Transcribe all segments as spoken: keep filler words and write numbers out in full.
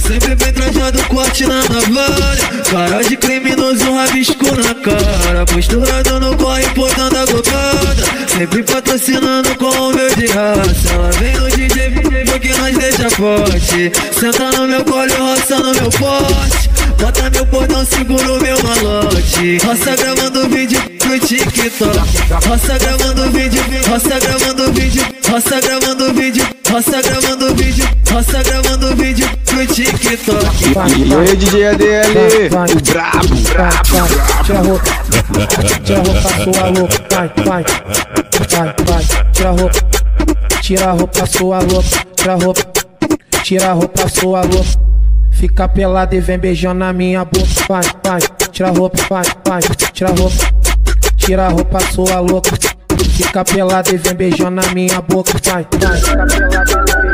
sempre bem trajado, corte na navalha. Cara de criminoso, rabisco na cara. Posturado no corre, portando a gocada. Sempre patrocinando com o meu de raça. Ela vem no D J, D J, porque nós deixa forte. Senta no meu colo, roça no meu poste. Bota meu portão, segura o meu malote. Roça gravando vídeo pro TikTok. Roça gravando vídeo, roça gravando vídeo. Roça gravando vídeo, roça gravando vídeo. Roça gravando vídeo pro TikTok. E aí, D J A D L, o brabo, brabo. Tira a roupa, tira a roupa sua louca. Vai, vai, vai, vai. Tira a roupa, tira a roupa sua louca. Tira a roupa, tira a roupa sua louca. Fica pelado e vem beijando na minha boca. Vai, vai, tira a roupa, vai, vai. Tira a roupa, tira a roupa sua louca. Fica pelado e vem beijando na minha boca. Vai, vai. Fica pelado e vem beijando na minha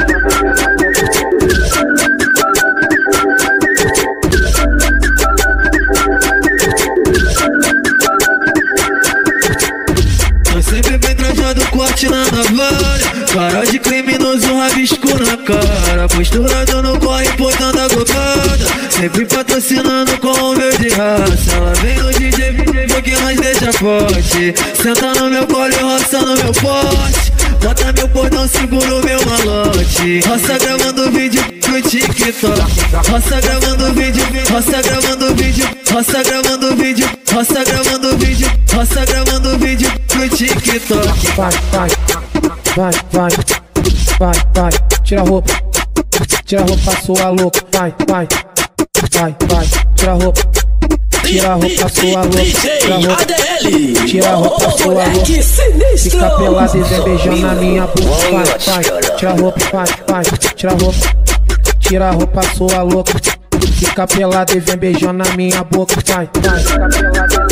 sempre bem trajado, corte na navalha. Cara de criminoso, rabisco na cara. Posturado no corre, portando a gocada. Sempre patrocinando com o meu de raça. Ela vem no D J, D J, porque nós deixa forte. Senta no meu colo e roça no meu poste. Bota meu portão, segura o meu malote. Roça gravando vídeo pro TikTok. Roça gravando vídeo, roça gravando vídeo. Roça gravando vídeo, roça gravando vídeo. Roça gravando vídeo pro TikTok. Vai, vai, vai, vai, vai, vai. Tira a roupa, tira a roupa sua louca. Vai, vai, vai, vai. Tira a roupa, tira a roupa sua louca. Tira a roupa, tira a roupa sua louca. Fica pelado e vem beijando na minha boca. Vai, vai, tira a roupa, vai, vai. Tira a roupa, tira a roupa sua louca. Fica pelado e vem beijando na minha boca. Vai, vai.